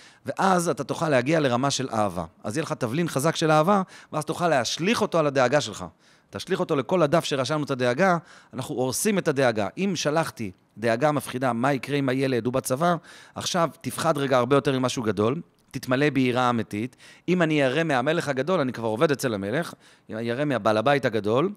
ואז אתה תוכל להגיע לרמה של אהבה. אז יהיה לך תבלין חזק של אהבה, ואז תוכל להשליך אותו על הדאגה שלך. תשליך אותו לכל הדף שרשמנו את הדאגה, אנחנו הורסים את הדאגה. אם שלחתי דאגה מפחידה, מה יקרה עם הילד הוא בצבא, עכשיו תפחד רגע הרבה יותר עם משהו גדול, תתמלא בעירה אמיתית. אם אני ירא מהמלך הגדול, אני כבר עובד אצל המלך, אם אני ירא מהבעל הבית הגדול,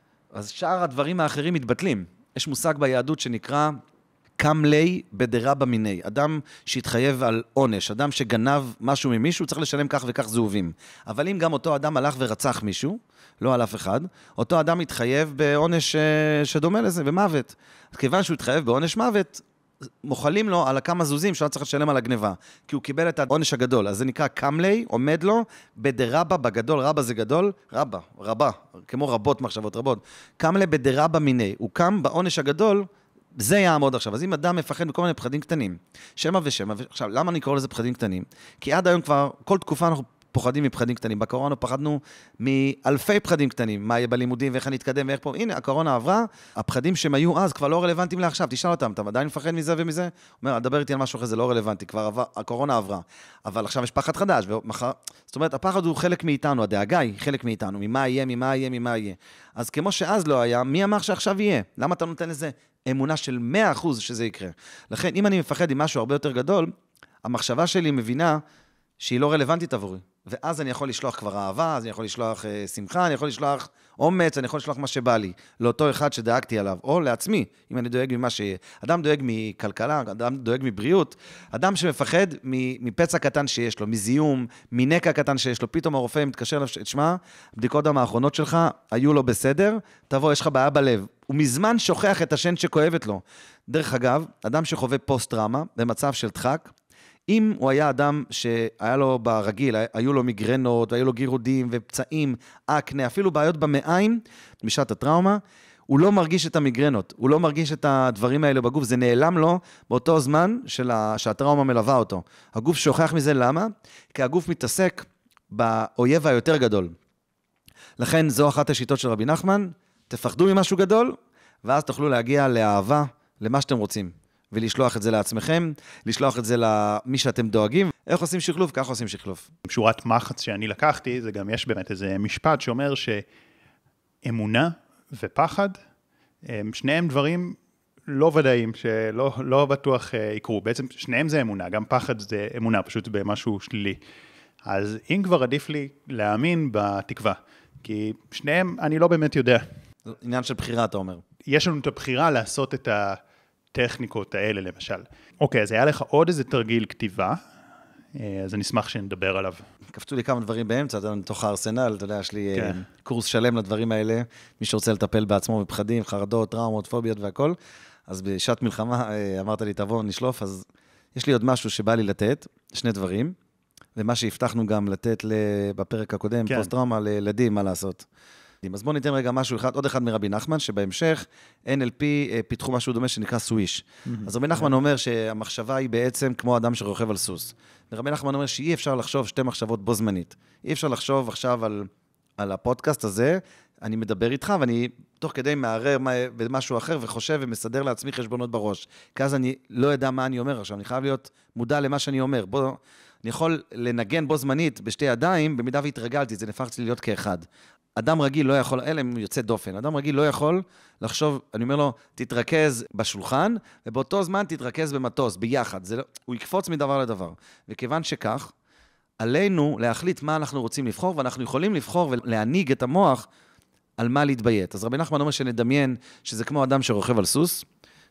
אז שאר הדברים האחרים מתבטלים. יש מושג ביהדות שנקרא קם לי בדרבא מיני, אדם שהתחייב על עונש, אדם שגנב משהו ממישהו, צריך לשלם כך וכך זהובים. אבל אם גם אותו אדם הלך ורצח מישהו, לא על אף אחד, אותו אדם התחייב בעונש שדומה לזה, במוות. כיוון שהוא התחייב בעונש מוות, מוכלים לו על הכמה זוזים שלא צריך לשלם על הגניבה, כי הוא קיבל את העונש הגדול. אז זה נקרא קם לי, עומד לו, בדרבא בגדול, רבא זה גדול, רבא, כמו רבות מחשבות רבות. קם לי בדרבא מיני, הוא קם בעונש הגדול, זה יעמוד עכשיו. אז אם אדם מפחד מכל מיני פחדים קטנים, שמא ושמא, עכשיו, למה אני קורא לזה פחדים קטנים? כי עד היום כבר, כל תקופה אנחנו פוחדים מפחדים קטנים. בקורונה פחדנו מאלפי פחדים קטנים, מה יהיה בלימודים ואיך אני אתקדם ואיך פה. הנה, הקורונה עברה, הפחדים שהם היו אז כבר לא רלוונטיים לעכשיו. תשאל אותם, אתה עדיין מפחד מזה ומזה? הוא אומר, דבר איתי על משהו אחר, זה לא רלוונטי, כבר עבר, הקורונה עברה. אבל עכשיו יש פחד חדש, ומחר, זאת אומרת, הפחד הוא חלק מאיתנו, הדאגה היא חלק מאיתנו, ממה יהיה, ממה יהיה, ממה יהיה. אז כמו שאז לא היה, מי אמר שעכשיו יהיה? למה אתה נותן לזה אמונה של 100% שזה יקרה? לכן, אם אני מפחד עם משהו הרבה יותר גדול, המחשבה שלי מבינה שהיא לא רלוונטית עבורי. ואז אני יכול לשלוח כבר אהבה, אז אני יכול לשלוח שמחה, אני יכול לשלוח אומץ, אני יכול לשלוח מה שבא לי, לאותו אחד שדאגתי עליו, או לעצמי, אם אני דואג ממה שיהיה. אדם דואג מכלכלה, אדם דואג מבריאות, אדם שמפחד מפצע קטן שיש לו, מזיום, מנקע קטן שיש לו, פתאום הרופא מתקשר לו, תשמע, בדיקות דם האחרונות שלך היו לו בסדר, תבוא, יש לך בעיה בלב. הוא מזמן שוכח את השן שכואבת לו. דרך אגב, אדם שחווה פוסט-טראומה, במצב של דחק, אם הוא היה אדם שהיה לו ברגיל, היו לו מיגרנות, היו לו גירודים ופצעים, אקנה, אפילו בעיות במעיים, בשעת הטראומה, הוא לא מרגיש את המיגרנות, הוא לא מרגיש את הדברים האלה בגוף, זה נעלם לו באותו זמן שהטראומה מלווה אותו. הגוף שוכח מזה, למה? כי הגוף מתעסק באויב היותר גדול. לכן זו אחת השיטות של רבי נחמן, תפחדו ממשהו גדול, ואז תוכלו להגיע לאהבה, למה שאתם רוצים. ולשלוח את זה לעצמכם, לשלוח את זה למי שאתם דואגים. איך עושים שחלוף? כך עושים שחלוף. שורת מחץ שאני לקחתי, זה גם יש באמת איזה משפט שאומר שאמונה ופחד, שניהם דברים לא ודאיים, שלא בטוח יקרו. בעצם שניהם זה אמונה, גם פחד זה אמונה, פשוט במשהו שלילי. אז אם כבר עדיף לי להאמין בתקווה, כי שניהם אני לא באמת יודע. זה עניין של בחירה, אתה אומר. יש לנו את הבחירה לעשות את הטכניקות האלה, למשל. אוקיי, אז היה לך עוד איזה תרגיל כתיבה, אז אני אשמח שנדבר עליו. קפצו לי כמה דברים באמצע, תוך הארסנל, אתה יודע, יש לי קורס שלם לדברים האלה, מי שרוצה לטפל בעצמו בפחדים, חרדות, טראומות, פוביות והכל, אז בשעת מלחמה אמרת לי, תבוא, נשלוף, אז יש לי עוד משהו שבא לי לתת, שני דברים, ומה שהבטחנו גם לתת בפרק הקודם, פוסט-טראומה לילדים, מה לעשות. אז בואו ניתן רגע משהו אחד, עוד אחד מרבי נחמן, שבהמשך NLP פיתחו משהו דומה שנקרא סוויש. אז רבי נחמן אומר שהמחשבה היא בעצם כמו אדם שרוכב על סוס. ורבי נחמן אומר שאי אפשר לחשוב שתי מחשבות בו זמנית. אי אפשר לחשוב עכשיו על הפודקאסט הזה, אני מדבר איתך, ואני תוך כדי מערער במשהו אחר, וחושב ומסדר לעצמי חשבונות בראש. כי אז אני לא יודע מה אני אומר עכשיו, אני חייב להיות מודע למה שאני אומר. אני יכול לנגן בו זמנית בשתי ידיים, במידה והתרגלתי, זה נפך לי להיות כאחד. אדם רגיל לא יכול, אלה הם יוצא דופן, אדם רגיל לא יכול לחשוב, אני אומר לו, תתרכז בשולחן, ובאותו זמן תתרכז במטוס, ביחד. הוא יקפוץ מדבר לדבר. וכיוון שכך, עלינו להחליט מה אנחנו רוצים לבחור, ואנחנו יכולים לבחור ולהניג את המוח על מה להתביית. אז רבי נחמן אומר שנדמיין שזה כמו אדם שרוכב על סוס,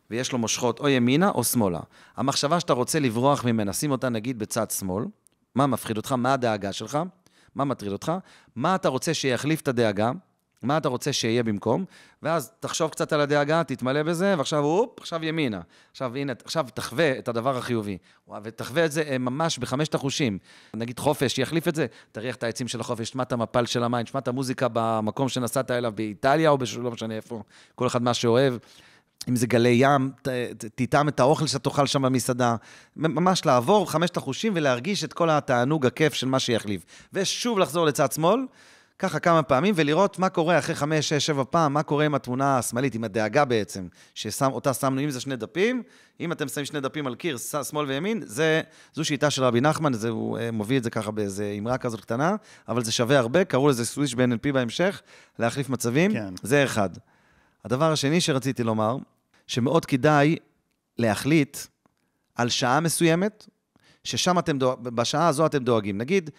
ויש לו מושכות או ימינה או שמאלה. המחשבה שאתה רוצה לברוח ממנה, שים אותה נגיד בצד שמאל, מה מפחיד אותך? מה הדאגה שלך? מה מטריד אותך? מה אתה רוצה שיחליף את הדאגה? מה אתה רוצה שיהיה במקום? ואז תחשוב קצת על הדאגה, תתמלא בזה, ועכשיו, עכשיו ימינה. עכשיו, הנה, עכשיו תחווה את הדבר החיובי. ותחווה את זה ממש בחמשת החושים. נגיד חופש, שיחליף את זה, תריח את העצים של החופש, תשמע את המפל של המים, תשמע את המוזיקה במקום שנסעת אליו באיטליה, או לא משנה איפה, כל אחד מה שאוהב. אם זה גלי ים, תטעם את האוכל שאתה תאכל שם במסעדה, ממש לעבור חמשת החושים ולהרגיש את כל התענוג הכיף של מה שיחליף. ושוב לחזור לצד שמאל, ככה כמה פעמים, ולראות מה קורה אחרי 5, 6, 7 פעם, מה קורה עם התמונה השמאלית, עם הדאגה בעצם, שאותה שמנו, אם זה 2 דפים, אם אתם שמים 2 דפים על קיר, שמאל וימין, זו שיטה של רבי נחמן, הוא מוביל את זה ככה באיזו אמרה כזאת קטנה, אבל זה שווה הרבה, קראו לזה סוויץ' ב-NLP בהמשך, להחליף מצבים, כן. זה אחד. הדבר השני שרציתי לומר, שמאוד כדאי להחליט על שעה מסוימת, ששם בשעה הזו אתם דואגים. נגיד,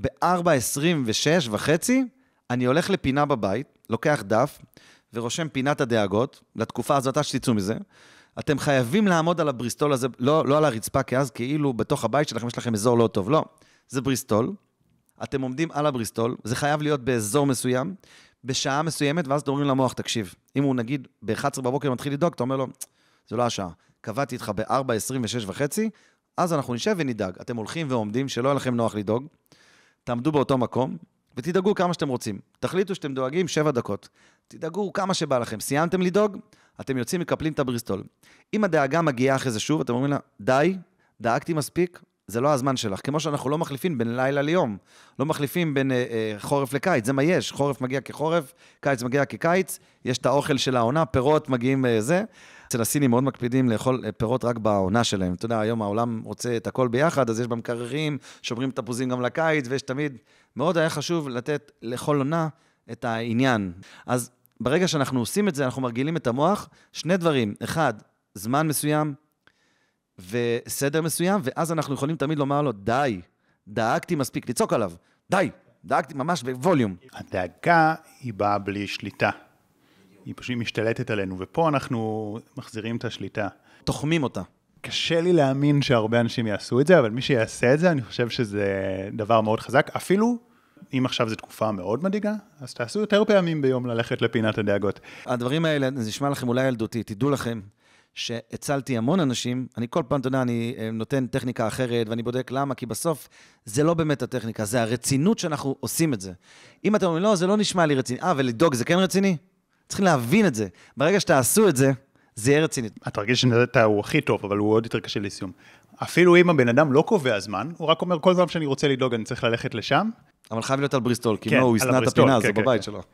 ב-4:26 אני הולך לפינה בבית, לוקח דף, ורושם פינת הדאגות, לתקופה הזאת, שתצאו מזה. אתם חייבים לעמוד על הבריסטול הזה, לא על הרצפה, כי אז כאילו בתוך הבית שלכם יש לכם אזור לא טוב. לא, זה בריסטול. אתם עומדים על הבריסטול, זה חייב להיות באזור מסוים, בשעה מסוימת, ואז אתם אומרים למוח, תקשיב, אם הוא נגיד ב-11 בבוקר מתחיל לדאוג, אתה אומר לו, זה לא השעה, קבעתי איתך ב-4:26, אז אנחנו נשב ונדאג. אתם הולכים ועומדים, שלא יהיה לכם נוח לדאוג, תעמדו באותו מקום, ותדאגו כמה שאתם רוצים. תחליטו שאתם דואגים 7 דקות. תדאגו כמה שבא לכם. סיימתם לדאוג, אתם יוצאים מקפלים את הבריסטול. אם הדאגה מגיעה אחרי זה שוב, אתם אומרים לה, די, דאגתי מספיק, זה לא הזמן שלך. כמו שאנחנו לא מחליפים בין לילה ליום, לא מחליפים בין חורף לקיץ, זה מה יש. חורף מגיע כחורף, קיץ מגיע כקיץ, יש את האוכל של העונה, פירות מגיעים זה. אצל הסינים מאוד מקפידים לאכול פירות רק בעונה שלהם. אתה יודע, היום העולם רוצה את הכל ביחד, אז יש במקררים, שומרים תפוזים גם לקיץ, ויש תמיד, מאוד היה חשוב לתת לכל עונה את העניין. אז ברגע שאנחנו עושים את זה, אנחנו מרגילים את המוח, 2 דברים. 1, זמן מסוים, וסדר מסוים, ואז אנחנו יכולים תמיד לומר לו, די, דאגתי מספיק, לצעוק עליו, די, דאגתי ממש בווליום. הדאגה היא באה בלי שליטה. היא פשוט משתלטת עלינו, ופה אנחנו מחזירים את השליטה. תוחמים אותה. קשה לי להאמין שהרבה אנשים יעשו את זה, אבל מי שיעשה את זה, אני חושב שזה דבר מאוד חזק. אפילו אם עכשיו זו תקופה מאוד מדאיגה, אז תעשו יותר פעמים ביום ללכת לפינת הדאגות. הדברים האלה, זה נשמע לכם אולי ילדותי, תדעו לכם שהצלתי המון אנשים, אני כל פעם, אתה יודע, אני נותן טכניקה אחרת, ואני בודק למה, כי בסוף זה לא באמת הטכניקה, זה הרצינות שאנחנו עושים את זה. אם אתם אומרים, לא, זה לא נשמע לי רציני, ולדאוג זה כן רציני? צריכים להבין את זה. ברגע שתעשו את זה, זה יהיה רציני. התרגיל שנדעת הוא הכי טוב, אבל הוא עוד יותר קשה לסיום. אפילו אם הבן אדם לא קובע זמן, הוא רק אומר, כל זמן שאני רוצה לדאוג, אני צריך ללכת לשם. אבל חייב להיות על בריסטול, כי הוא יסנע את הפינה הזו בבית שלו.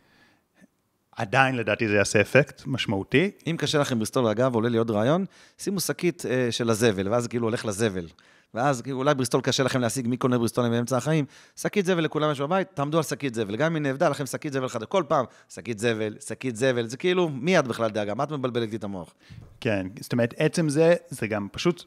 עדיין לדעתי זה יעשה אפקט משמעותי. אם קשה לכם בריסטול, אגב, עולה לי עוד רעיון, שימו שקית של הזבל, ואז כאילו הולך לזבל. ואז אולי בריסטול קשה לכם להשיג מי קונה בריסטולים באמצע החיים, שקית זבל לכולם יש בבית, תעמדו על שקית זבל, גם אם נעבדה לכם שקית זבל חד, כל פעם, שקית זבל, זה כאילו מיד בכלל דאגה, מה את מבלבלת לי את המוח? כן, זאת אומרת, עצם זה גם פשוט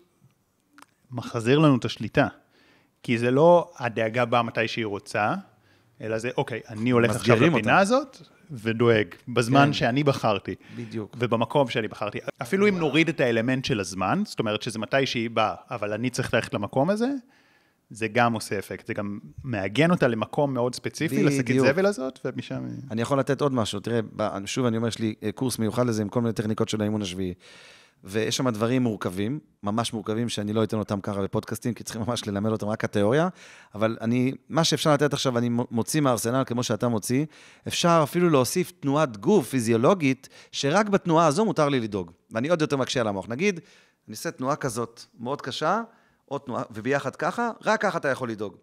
מחזיר לנו את השליטה, כי זה לא הדאגה באה מתי שהיא רוצה, אלא זה, אוקיי, אני הולך עכשיו לפינה הזאת, ודואג, בזמן שאני בחרתי. בדיוק. ובמקום שאני בחרתי. אפילו אם נוריד את האלמנט של הזמן, זאת אומרת שזה מתי שהיא באה, אבל אני צריך ללכת למקום הזה, זה גם עושה אפקט. זה גם מעגן אותה למקום מאוד ספציפי, לשקית זבל הזאת, ומשם... אני יכול לתת עוד משהו. תראה, שוב אני אומר, יש לי קורס מיוחד לזה עם כל מיני טכניקות של האימון השביעי. ויש שם דברים מורכבים, ממש מורכבים, שאני לא אתן אותם ככה בפודקאסטים, כי צריכים ממש ללמד אותם רק התיאוריה, אבל מה שאפשר לתת עכשיו, אני מוציא מהארסנל, כמו שאתה מוציא, אפשר אפילו להוסיף תנועת גוף פיזיולוגית, שרק בתנועה הזו מותר לי לדאוג. ואני עוד יותר מקשה על המוח. נגיד, אני עושה תנועה כזאת מאוד קשה, וביחד ככה, רק ככה אתה יכול לדאוג.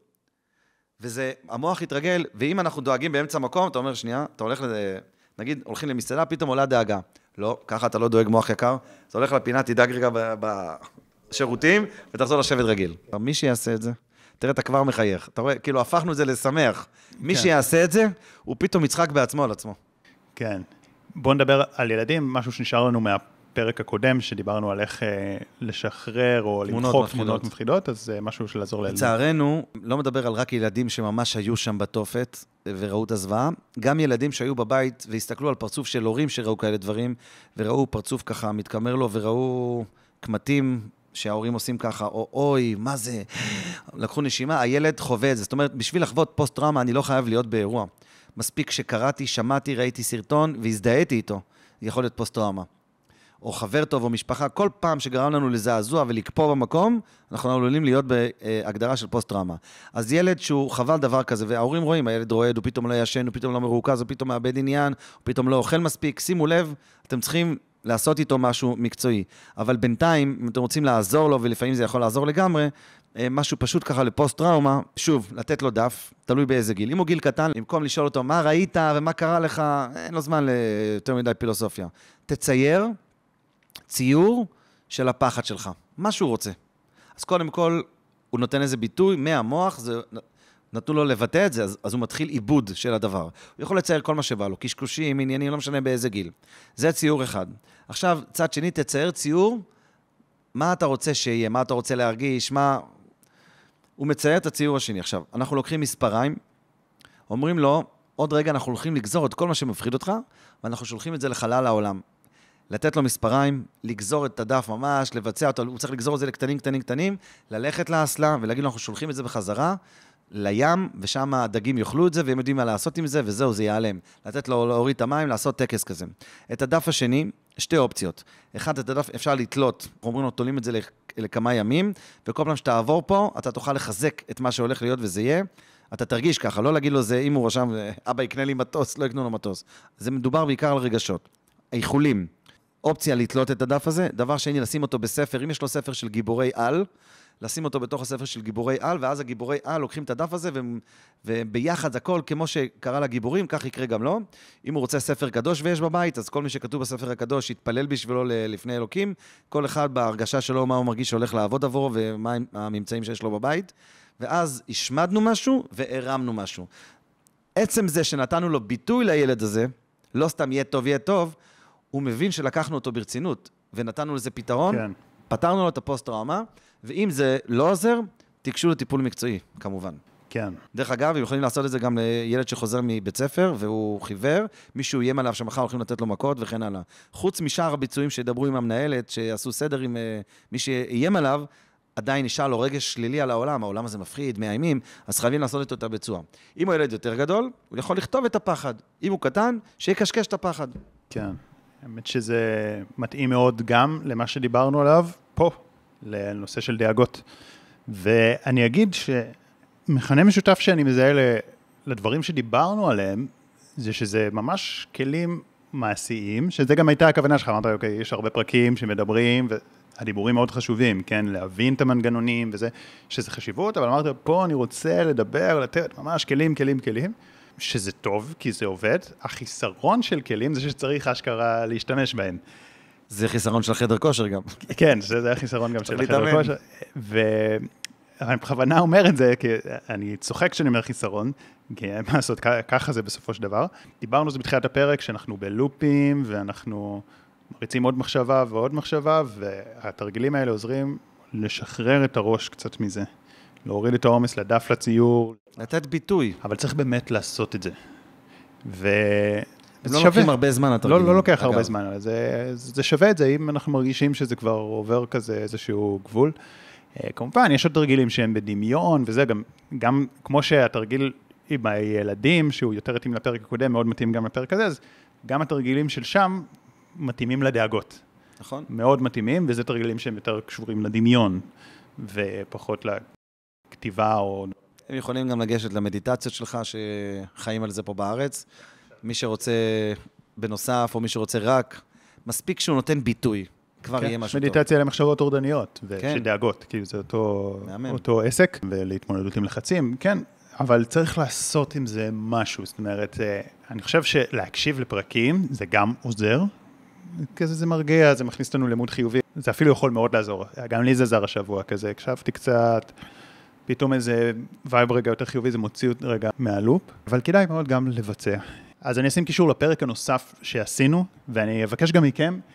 וזה, המוח יתרגל, ואם אנחנו דואגים באמצע מקום, אתה אומר, שנייה, אתה הולך נגיד, הולכים למסעדה, פתאום עולה דאגה. לא, ככה אתה לא דואג מוח יקר, אתה הולך לפינה, תדאג רגע בשירותים, ותחזור לשבת רגיל. מי שיעשה את זה, תראה, אתה כבר מחייך. אתה רואה, כאילו, הפכנו את זה לשמח. מי שיעשה את זה, הוא פתאום יצחק בעצמו על עצמו. כן. בואו נדבר על ילדים, משהו שנשאר לנו בפרק הקודם, שדיברנו על איך לשחרר או למחוק תמונות מפחידות, אז זה משהו של לעזור לילדים. לצערנו, לא מדבר על רק ילדים שממש היו שם בתופת וראו את הזוועה, גם ילדים שהיו בבית והסתכלו על פרצוף של הורים שראו כאלה דברים, וראו פרצוף ככה מתקמר לו, וראו קמטים שההורים עושים ככה, או אוי, מה זה? לקחו נשימה, הילד חווה את זה. זאת אומרת, בשביל לחוות פוסט-טראומה, אני לא חייב להיות באירוע. מספיק שקראתי, שמעתי, ראיתי סרטון, והזדהיתי איתו. יכול להיות פוסט-טראומה. או חבר טוב או משפחה, כל פעם שגרם לנו לזעזוע ולקפוא במקום, אנחנו עלולים להיות בהגדרה של פוסט-טראומה. אז ילד שהוא חווה דבר כזה, וההורים רואים, הילד רועד, הוא פתאום לא ישן, הוא פתאום לא מרוכז, הוא פתאום מאבד עניין, הוא פתאום לא אוכל מספיק. שימו לב, אתם צריכים לעשות איתו משהו מקצועי. אבל בינתיים, אם אתם רוצים לעזור לו, ולפעמים זה יכול לעזור לגמרי, משהו פשוט ככה לפוסט-טראומה, שוב, לתת לו דף, תלוי באיזה גיל. אם הוא גיל קטן, במקום לשאול אותו מה ראית ומה קרה לך, אין לו זמן ליותר מדי פילוסופיה. תצייר ציור של הפחד שלך, מה שהוא רוצה. אז קודם כל, הוא נותן איזה ביטוי מהמוח, נתנו לו לבטא את זה, אז הוא מתחיל עיבוד של הדבר. הוא יכול לצייר כל מה שבא לו, קשקושים, עניינים, לא משנה באיזה גיל. זה ציור אחד. עכשיו, צד שני, תצייר ציור, מה אתה רוצה שיהיה, מה אתה רוצה להרגיש, מה... הוא מצייר את הציור השני. עכשיו, אנחנו לוקחים מספריים, אומרים לו, עוד רגע אנחנו הולכים לגזור את כל מה שמפחיד אותך, ואנחנו שולחים את זה לחלל העולם. לתת לו מספריים, לגזור את הדף ממש, לבצע אותו, הוא צריך לגזור את זה לקטנים, קטנים, קטנים, ללכת לאסלה ולהגיד לו, אנחנו שולחים את זה בחזרה לים, ושם הדגים יאכלו את זה, והם יודעים מה לעשות עם זה, וזהו, זה ייעלם. לתת לו להוריד את המים, לעשות טקס כזה. את הדף השני, שתי אופציות. אחד, את הדף אפשר לתלות, אומרים לו, תולים את זה לכמה ימים, וכל פעם שתעבור פה, אתה תוכל לחזק את מה שהולך להיות, וזה יהיה. אתה תרגיש ככה, לא להגיד לו זה, אם הוא רשם, אבא יקנה לי מטוס, לא יקנו לו מטוס. זה מדובר בעיקר על רגשות. איחולים. אופציה לתלות את הדף הזה, דבר שני, לשים אותו בספר, אם יש לו ספר של גיבורי על, לשים אותו בתוך הספר של גיבורי על, ואז הגיבורי על לוקחים את הדף הזה, וביחד הכל, כמו שקרה לגיבורים, כך יקרה גם לו. אם הוא רוצה ספר קדוש ויש בבית, אז כל מי שכתוב בספר הקדוש יתפלל בשבילו לפני אלוקים, כל אחד בהרגשה שלו, מה הוא מרגיש שהולך לעבוד עבורו, ומה הממצאים שיש לו בבית, ואז השמדנו משהו והרמנו משהו. עצם זה שנתנו לו ביטוי לילד הזה, לא סתם יהיה טוב, יהיה טוב, הוא מבין שלקחנו אותו ברצינות, ונתנו לזה פתרון, כן. פתרנו לו את הפוסט-טראומה, ואם זה לא עוזר, תיגשו לטיפול מקצועי, כמובן. כן. דרך אגב, הם יכולים לעשות את זה גם לילד שחוזר מבית ספר, והוא חיוור, מישהו יהיה עליו שמחר הולכים לתת לו מכות וכן הלאה. חוץ משאר הביצועים שידברו עם המנהלת, שיעשו סדר עם מי שיהיה עליו, עדיין נשאר לו רגש שלילי על העולם, העולם הזה מפחיד, מאיימים, אז חייבים לעשות איתו את הביצוע. אם הוא ילד יותר גדול, הוא יכול לכתוב את הפחד. אם הוא קטן, שיקשקש את הפחד. כן. האמת שזה מתאים מאוד גם למה שדיברנו עליו פה, לנושא של דאגות. ואני אגיד שמכנה משותף שאני מזהה לדברים שדיברנו עליהם, זה שזה ממש כלים מעשיים, שזה גם הייתה הכוונה שלך, אמרת, אוקיי, יש הרבה פרקים שמדברים, והדיבורים מאוד חשובים, כן, להבין את המנגנונים וזה, שזה חשיבות, אבל אמרת, פה אני רוצה לדבר, לתת ממש כלים, שזה טוב, כי זה עובד. החיסרון של כלים זה שצריך אשכרה להשתמש בהם. זה חיסרון של חדר כושר גם. כן, זה החיסרון גם של חדר כושר. ואני בכוונה אומר את זה, כי אני צוחק כשאני אומר חיסרון, כי מה לעשות, ככה זה בסופו של דבר. דיברנו על זה בתחילת הפרק, שאנחנו בלופים, ואנחנו מריצים עוד מחשבה ועוד מחשבה, והתרגילים האלה עוזרים לשחרר את הראש קצת מזה. להוריד את העומס לדף לציור. לתת ביטוי. אבל צריך באמת לעשות את זה. לא לוקחים הרבה זמן התרגילים. לא לוקח הרבה זמן, אבל זה שווה את זה, אם אנחנו מרגישים שזה כבר עובר כזה איזשהו גבול. כמובן, יש עוד תרגילים שהם בדמיון, וזה גם כמו שהתרגיל עם הילדים, שהוא יותר מתאים לפרק הקודם, מאוד מתאים גם לפרק הזה, אז גם התרגילים של שם מתאימים לדאגות. נכון. מאוד מתאימים, וזה תרגילים שהם יותר קשורים לדמיון, ופחות לכתיבה או... הם יכולים גם לגשת למדיטציות שלך, שחיים על זה פה בארץ. מי שרוצה בנוסף, או מי שרוצה רק, מספיק שהוא נותן ביטוי. כבר יהיה משהו טוב. מדיטציה למחשבות אורדניות, ושדאגות, כאילו זה אותו עסק, ולהתמודדות עם לחצים, כן, אבל צריך לעשות עם זה משהו. זאת אומרת, אני חושב שלהקשיב לפרקים, זה גם עוזר, כזה זה מרגיע, זה מכניס לנו לימוד חיובי. זה אפילו יכול מאוד לעזור. גם לי זה זר השבוע כזה, הקשבתי קצת, פתאום איזה וייב רגע יותר חיובי, זה מוציא רגע מהלופ, אבל כדאי מאוד גם לבצע. אז אני אשים קישור לפרק הנוסף שעשינו, ואני אבקש גם מכם,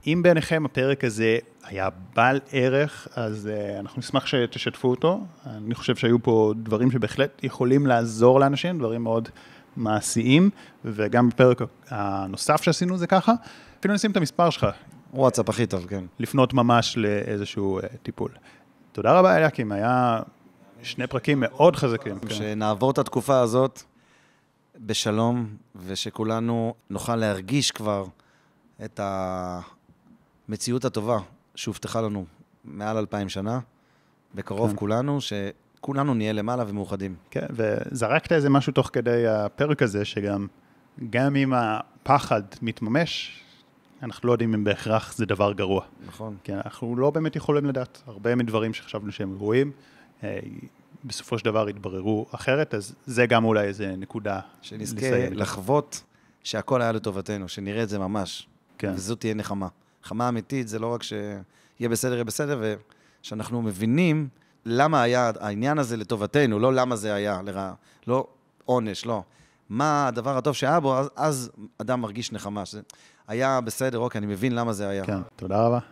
אם בעיניכם הפרק הזה היה בעל ערך, אז אנחנו נשמח שתשתפו אותו. אני חושב שהיו פה דברים שבהחלט יכולים לעזור לאנשים, דברים מאוד מעשיים, וגם בפרק הנוסף שעשינו זה ככה. אפילו נשים את המספר שלך. וואטסאפ הכי טוב, כן. לפנות ממש לאיזשהו טיפול. תודה רבה, אליקים, היה שני פרקים מאוד חזקים. שנעבור את התקופה הזאת בשלום, ושכולנו נוכל להרגיש כבר את המציאות הטובה שהובטחה לנו מעל 2000 שנה, בקרוב כולנו, שכולנו נהיה למעלה ומאוחדים. כן, וזרקת איזה משהו תוך כדי הפרק הזה, גם אם הפחד מתממש, אנחנו לא יודעים אם בהכרח זה דבר גרוע. נכון. כי אנחנו לא באמת יכולים לדעת. הרבה מדברים שחשבנו שהם גרועים, בסופו של דבר התבררו אחרת, אז זה גם אולי איזה נקודה. שנזכה לחוות שהכל היה לטובתנו, שנראה את זה ממש. כן. וזאת תהיה נחמה. נחמה אמיתית זה לא רק שיהיה בסדר, יהיה בסדר, ושאנחנו מבינים למה היה העניין הזה לטובתנו, לא למה זה היה לרעה, לא עונש, לא. מה הדבר הטוב שהיה בו, אז אדם מרגיש נחמה. היה בסדר, אוקיי, אני מבין למה זה היה. כן, תודה רבה.